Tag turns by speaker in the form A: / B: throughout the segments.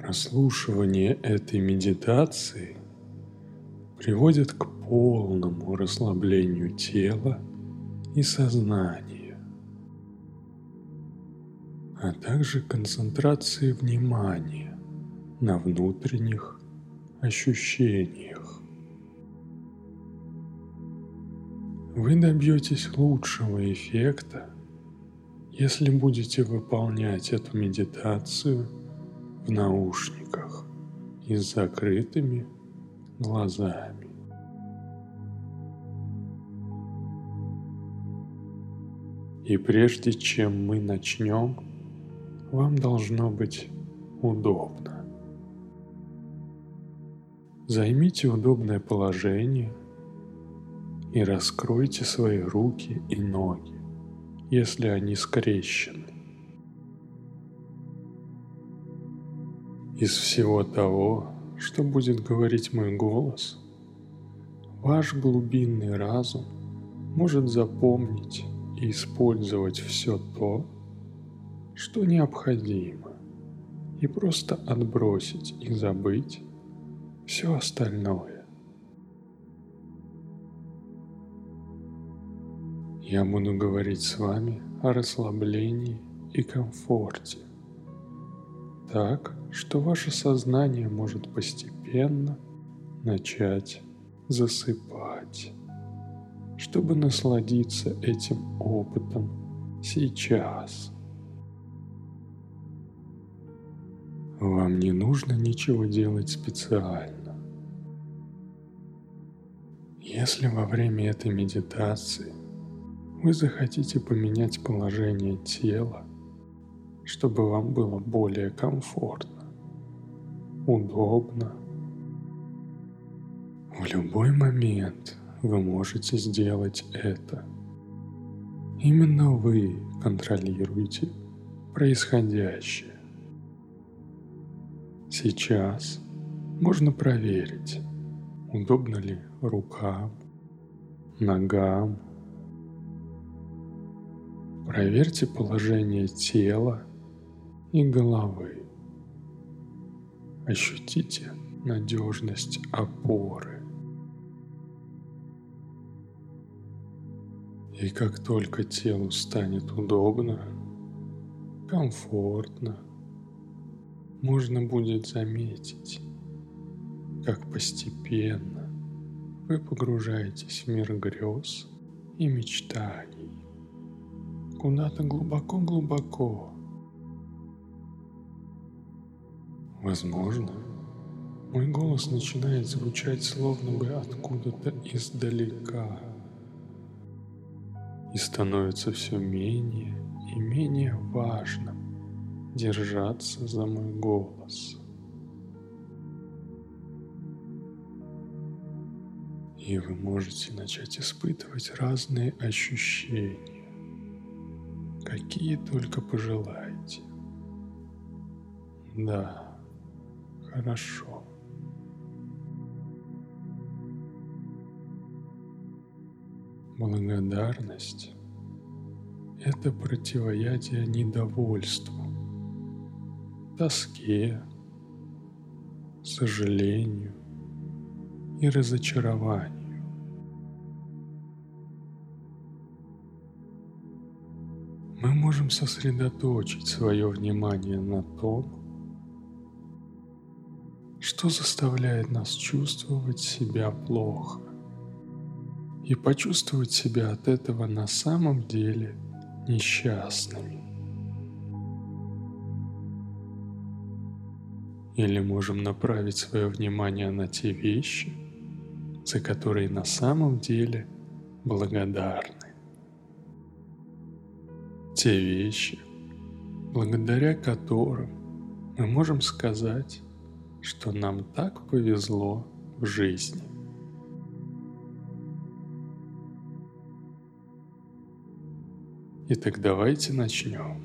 A: Прослушивание этой медитации приводит к полному расслаблению тела и сознания, а также концентрации внимания на внутренних ощущениях. Вы добьетесь лучшего эффекта, если будете выполнять эту медитацию в наушниках и с закрытыми глазами. И прежде чем мы начнем, вам должно быть удобно. Займите удобное положение и раскройте свои руки и ноги, если они скрещены. Из всего того, что будет говорить мой голос, ваш глубинный разум может запомнить и использовать все то, что необходимо, и просто отбросить и забыть все остальное. Я буду говорить с вами о расслаблении и комфорте, так, что ваше сознание может постепенно начать засыпать, чтобы насладиться этим опытом сейчас. Вам не нужно ничего делать специально. Если во время этой медитации вы захотите поменять положение тела, чтобы вам было более комфортно, удобно, в любой момент вы можете сделать это. Именно вы контролируете происходящее. Сейчас можно проверить, удобно ли рукам, ногам. Проверьте положение тела и головы. Ощутите надежность опоры. И как только телу станет удобно, комфортно, можно будет заметить, как постепенно вы погружаетесь в мир грез и мечтаний, куда-то глубоко-глубоко. Возможно, мой голос начинает звучать словно бы откуда-то издалека и становится все менее и менее важным держаться за мой голос. И вы можете начать испытывать разные ощущения, какие только пожелаете. Да, хорошо. Благодарность – это противоядие недовольству, тоске, сожалению и разочарованию. Мы можем сосредоточить свое внимание на том, что заставляет нас чувствовать себя плохо, и почувствовать себя от этого на самом деле несчастными. Или можем направить свое внимание на те вещи, за которые на самом деле благодарны. Те вещи, благодаря которым мы можем сказать, что нам так повезло в жизни. Итак, давайте начнем.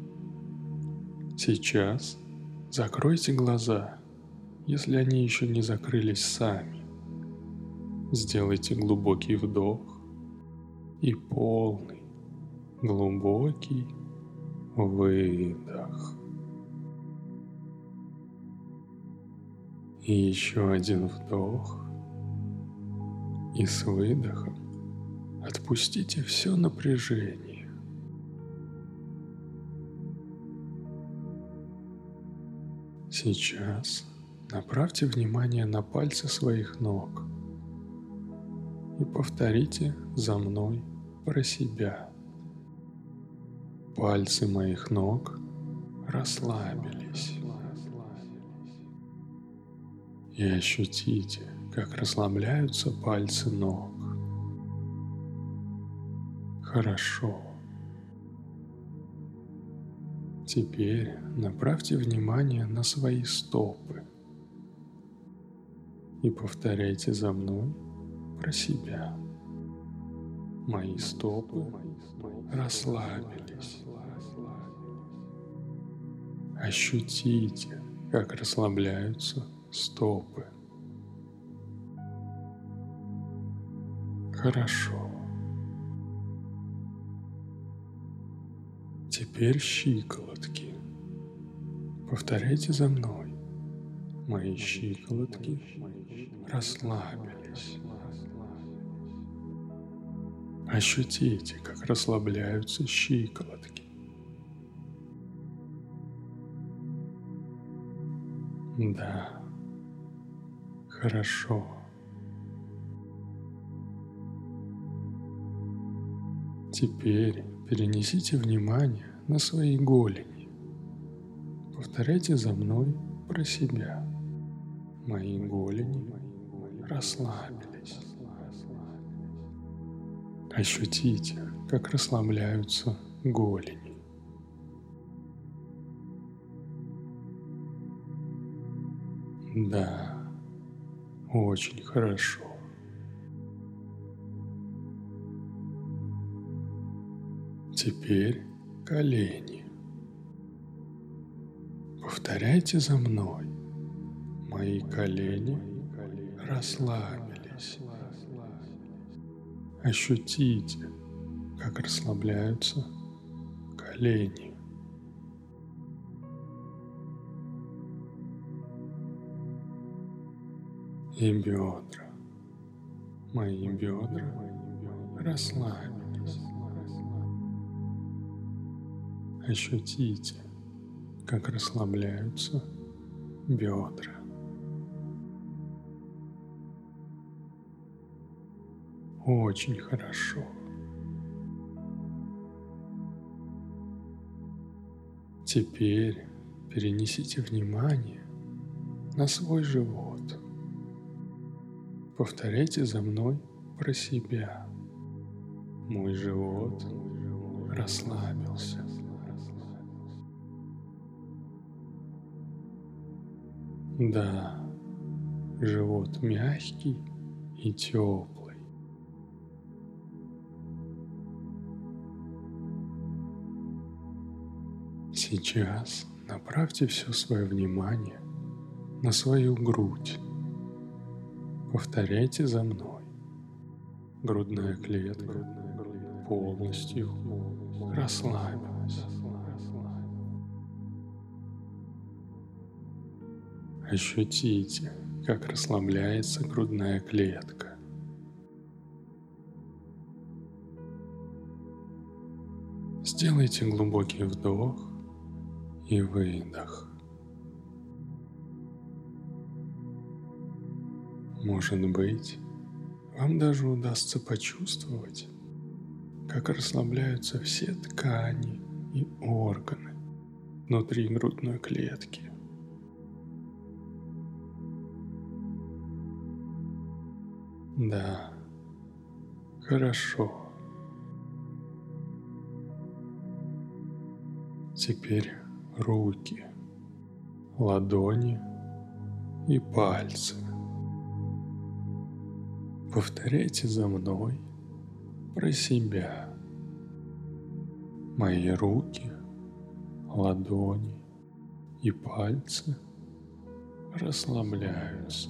A: Сейчас закройте глаза, если они еще не закрылись сами. Сделайте глубокий вдох и полный, глубокий выдох. И еще один вдох. И с выдохом отпустите все напряжение. Сейчас направьте внимание на пальцы своих ног и повторите за мной про себя. Пальцы моих ног расслабились. И ощутите, как расслабляются пальцы ног. Хорошо. Теперь направьте внимание на свои стопы и повторяйте за мной про себя. Мои стопы расслабились. Ощутите, как расслабляются стопы. Хорошо. Теперь щиколотки. Повторяйте за мной. Мои щиколотки расслабились. Ощутите, как расслабляются щиколотки. Да, хорошо. Теперь перенесите внимание на свои голени. Повторяйте за мной про себя. Мои голени расслабились. Ощутите, как расслабляются голени. Да, очень хорошо. Теперь колени. Повторяйте за мной. Мои колени расслабились. Ощутите, как расслабляются колени. И бедра. Мои бедра расслабились. Ощутите, как расслабляются бедра. Очень хорошо. Теперь перенесите внимание на свой живот. Повторяйте за мной про себя. Мой живот расслабился. Да, живот мягкий и теплый. Сейчас направьте все свое внимание на свою грудь. Повторяйте за мной. Грудная клетка полностью расслабилась. Ощутите, как расслабляется грудная клетка. Сделайте глубокий вдох и выдох. Может быть, вам даже удастся почувствовать, как расслабляются все ткани и органы внутри грудной клетки. Да, хорошо. Теперь руки, ладони и пальцы. Повторяйте за мной про себя. Мои руки, ладони и пальцы расслабляются.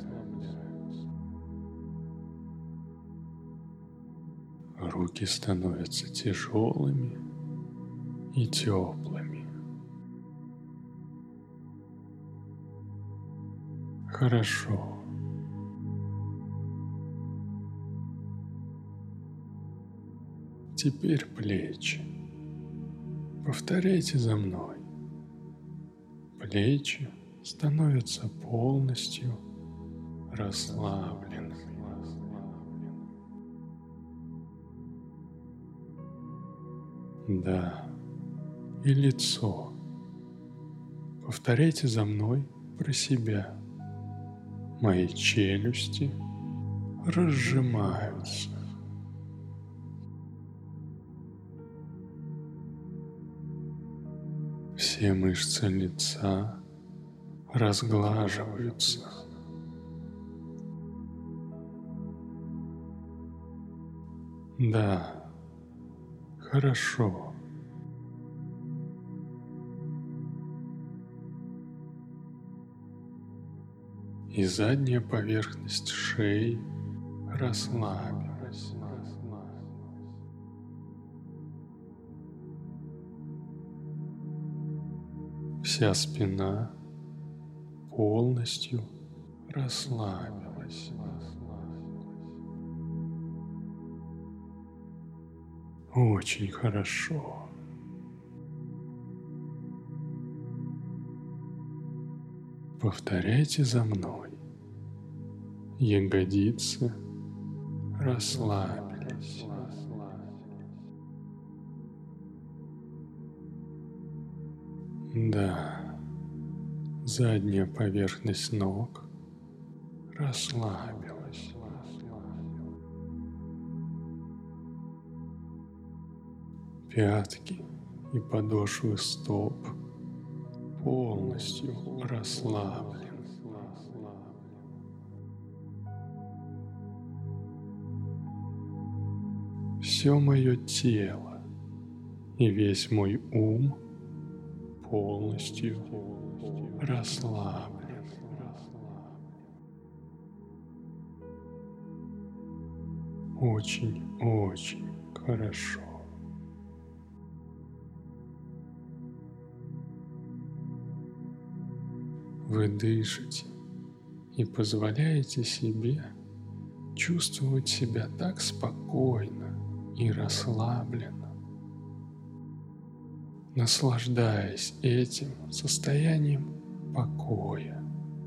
A: Руки становятся тяжелыми и теплыми. Хорошо. Теперь плечи. Повторяйте за мной. Плечи становятся полностью расслабленными. Да, и лицо. Повторяйте за мной про себя. Мои челюсти разжимаются. Все мышцы лица разглаживаются. Да, хорошо. И задняя поверхность шеи расслабилась. Вся спина полностью расслабилась. Очень хорошо. Повторяйте за мной. Ягодицы расслабились. Да, задняя поверхность ног расслабилась. Пятки и подошвы стоп полностью расслаблены. Все мое тело и весь мой ум полностью расслаблен. Очень хорошо. Вы дышите и позволяете себе чувствовать себя так спокойно и расслабленно, наслаждаясь этим состоянием покоя.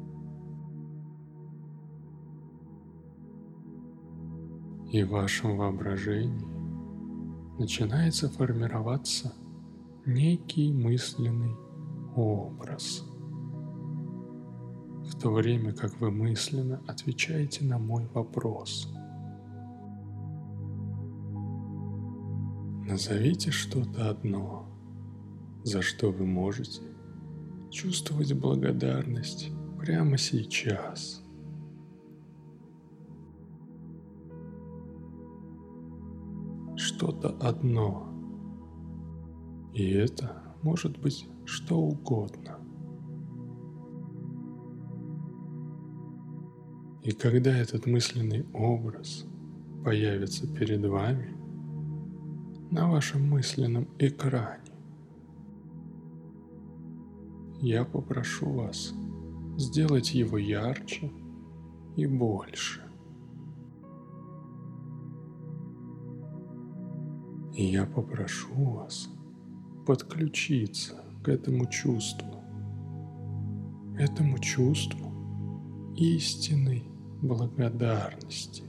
A: И в вашем воображении начинается формироваться некий мысленный образ. В то время как вы мысленно отвечаете на мой вопрос. Назовите что-то одно, за что вы можете чувствовать благодарность прямо сейчас. Что-то одно. И это может быть что угодно. И когда этот мысленный образ появится перед вами на вашем мысленном экране, я попрошу вас сделать его ярче и больше. И я попрошу вас подключиться к этому чувству истинной благодарности,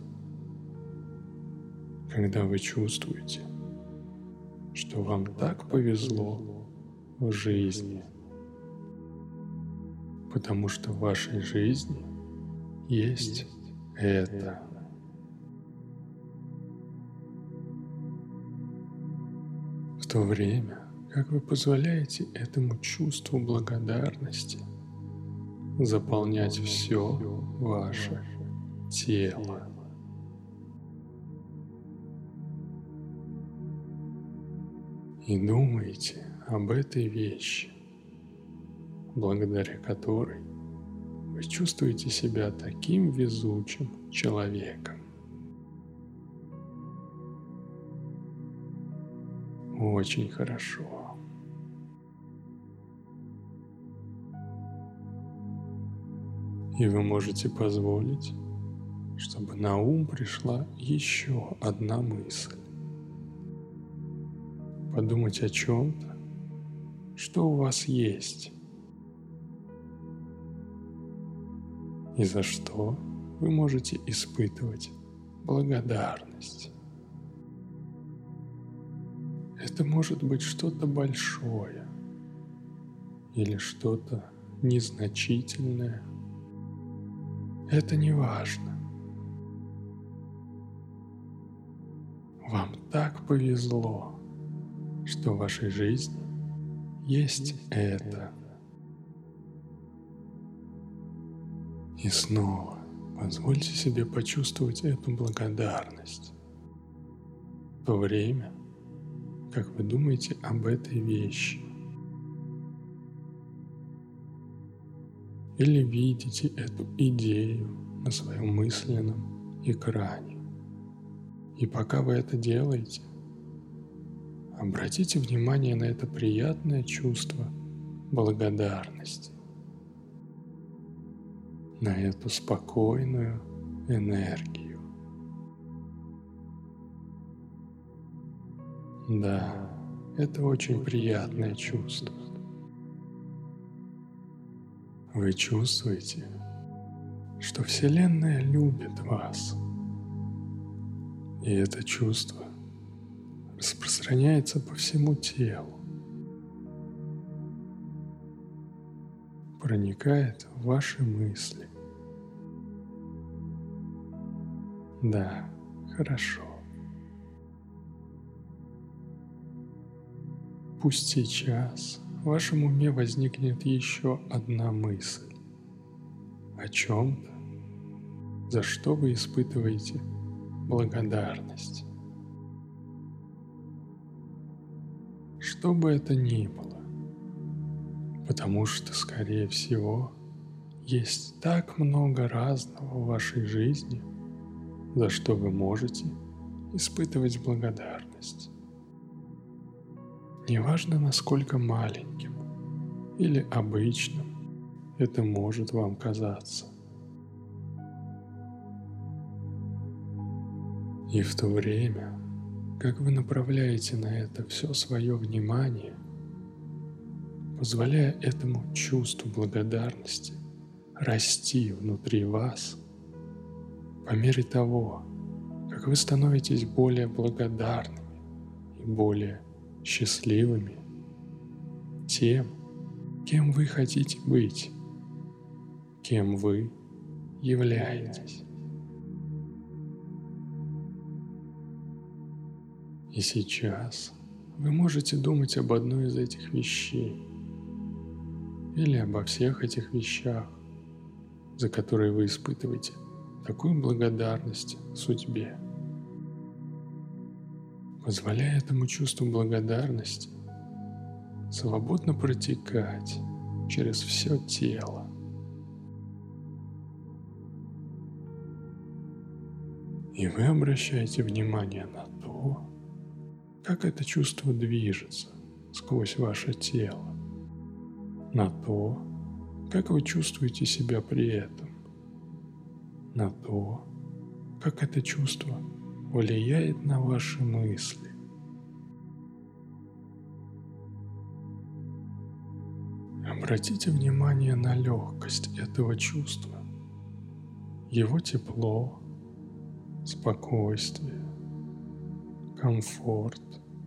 A: когда вы чувствуете, что вам так повезло в жизни, потому что в вашей жизни есть это. В то время, как вы позволяете этому чувству благодарности заполнять все ваше тело. И думайте об этой вещи, благодаря которой вы чувствуете себя таким везучим человеком. Очень хорошо. И вы можете позволить, чтобы на ум пришла еще одна мысль. Подумать о чем-то, что у вас есть, и за что вы можете испытывать благодарность. Это может быть что-то большое или что-то незначительное. Это не важно. Вам так повезло, что в вашей жизни есть это. И снова позвольте себе почувствовать эту благодарность в то время, как вы думаете об этой вещи. Или видите эту идею на своем мысленном экране. И пока вы это делаете, обратите внимание на это приятное чувство благодарности, на эту спокойную энергию. Да, это очень приятное чувство. Вы чувствуете, что Вселенная любит вас. И это чувство распространяется по всему телу, проникает в ваши мысли. Да, хорошо. Пусть сейчас в вашем уме возникнет еще одна мысль о чем-то, за что вы испытываете благодарность. Что бы это ни было, потому что, скорее всего, есть так много разного в вашей жизни, за что вы можете испытывать благодарность. Неважно, насколько маленьким или обычным это может вам казаться. И в то время, как вы направляете на это все свое внимание, позволяя этому чувству благодарности расти внутри вас, по мере того, как вы становитесь более благодарными и более счастливыми тем, кем вы хотите быть, кем вы являетесь. И сейчас вы можете думать об одной из этих вещей или обо всех этих вещах, за которые вы испытываете такую благодарность судьбе. Позволяя этому чувству благодарности свободно протекать через все тело. И вы обращаете внимание на то, как это чувство движется сквозь ваше тело, на то, как вы чувствуете себя при этом, на то, как это чувство влияет на ваши мысли. Обратите внимание на легкость этого чувства, его тепло, спокойствие, комфорт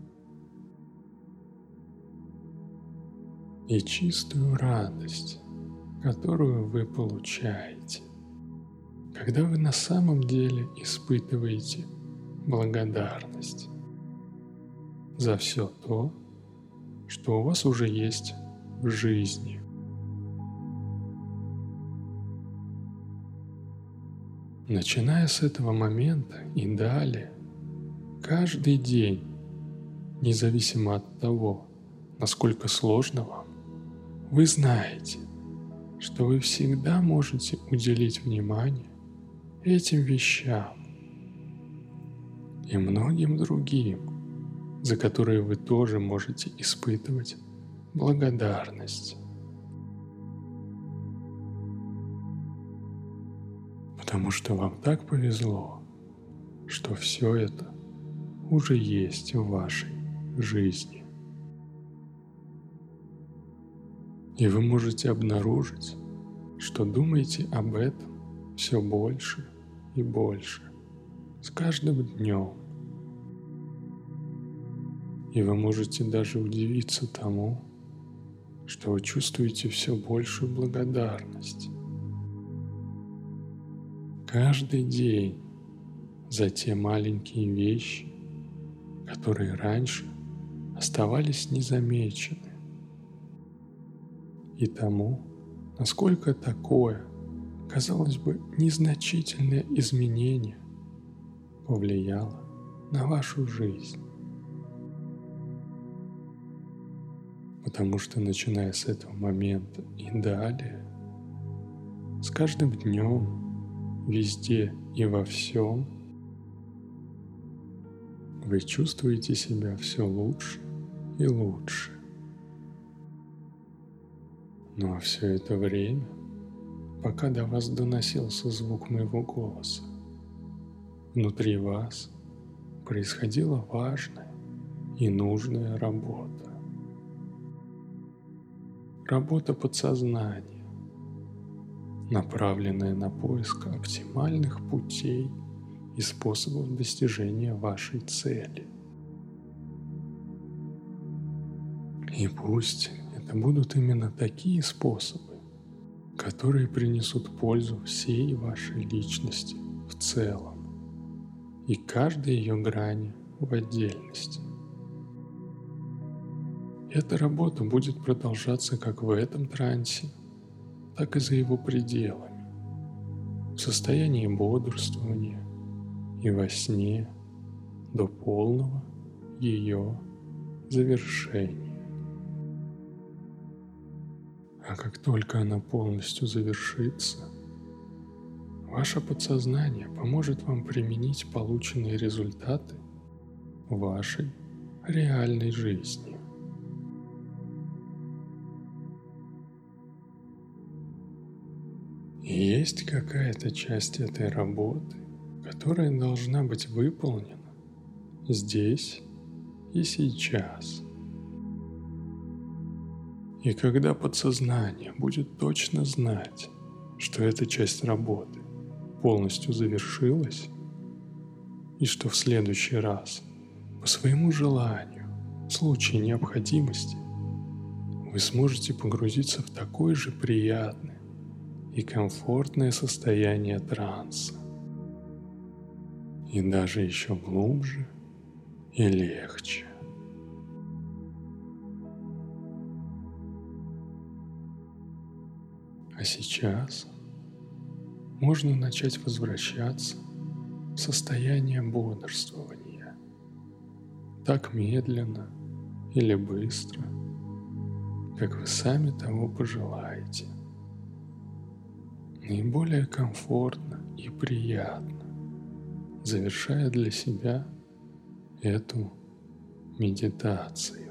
A: и чистую радость, которую вы получаете, когда вы на самом деле испытываете благодарность за все то, что у вас уже есть в жизни. Начиная с этого момента и далее, каждый день, независимо от того, насколько сложно вам, вы знаете, что вы всегда можете уделить внимание этим вещам и многим другим, за которые вы тоже можете испытывать благодарность. потому что вам так повезло, что все это уже есть в вашей жизни. И вы можете обнаружить, что думаете об этом все больше и больше с каждым днем. И вы можете даже удивиться тому, что вы чувствуете все большую благодарность каждый день за те маленькие вещи, которые раньше оставались незамечены, и тому, насколько такое, казалось бы, незначительное изменение повлияло на вашу жизнь. Потому что, начиная с этого момента и далее, с каждым днем, везде и во всем, вы чувствуете себя все лучше и лучше. Ну а все это время, пока до вас доносился звук моего голоса, внутри вас происходила важная и нужная работа. Работа подсознания, направленная на поиск оптимальных путей и способов достижения вашей цели. И пусть это будут именно такие способы, которые принесут пользу всей вашей личности в целом и каждой ее грани в отдельности. Эта работа будет продолжаться как в этом трансе, так и за его пределами, в состоянии бодрствования и во сне до полного ее завершения. А как только она полностью завершится, ваше подсознание поможет вам применить полученные результаты в вашей реальной жизни. И есть какая-то часть этой работы, которая должна быть выполнена здесь и сейчас. И когда подсознание будет точно знать, что эта часть работы полностью завершилась, и что в следующий раз, по своему желанию, в случае необходимости, вы сможете погрузиться в такое же приятное и комфортное состояние транса, и даже еще глубже и легче. А сейчас можно начать возвращаться в состояние бодрствования, так медленно или быстро, как вы сами того пожелаете. Наиболее комфортно и приятно, завершая для себя эту медитацию.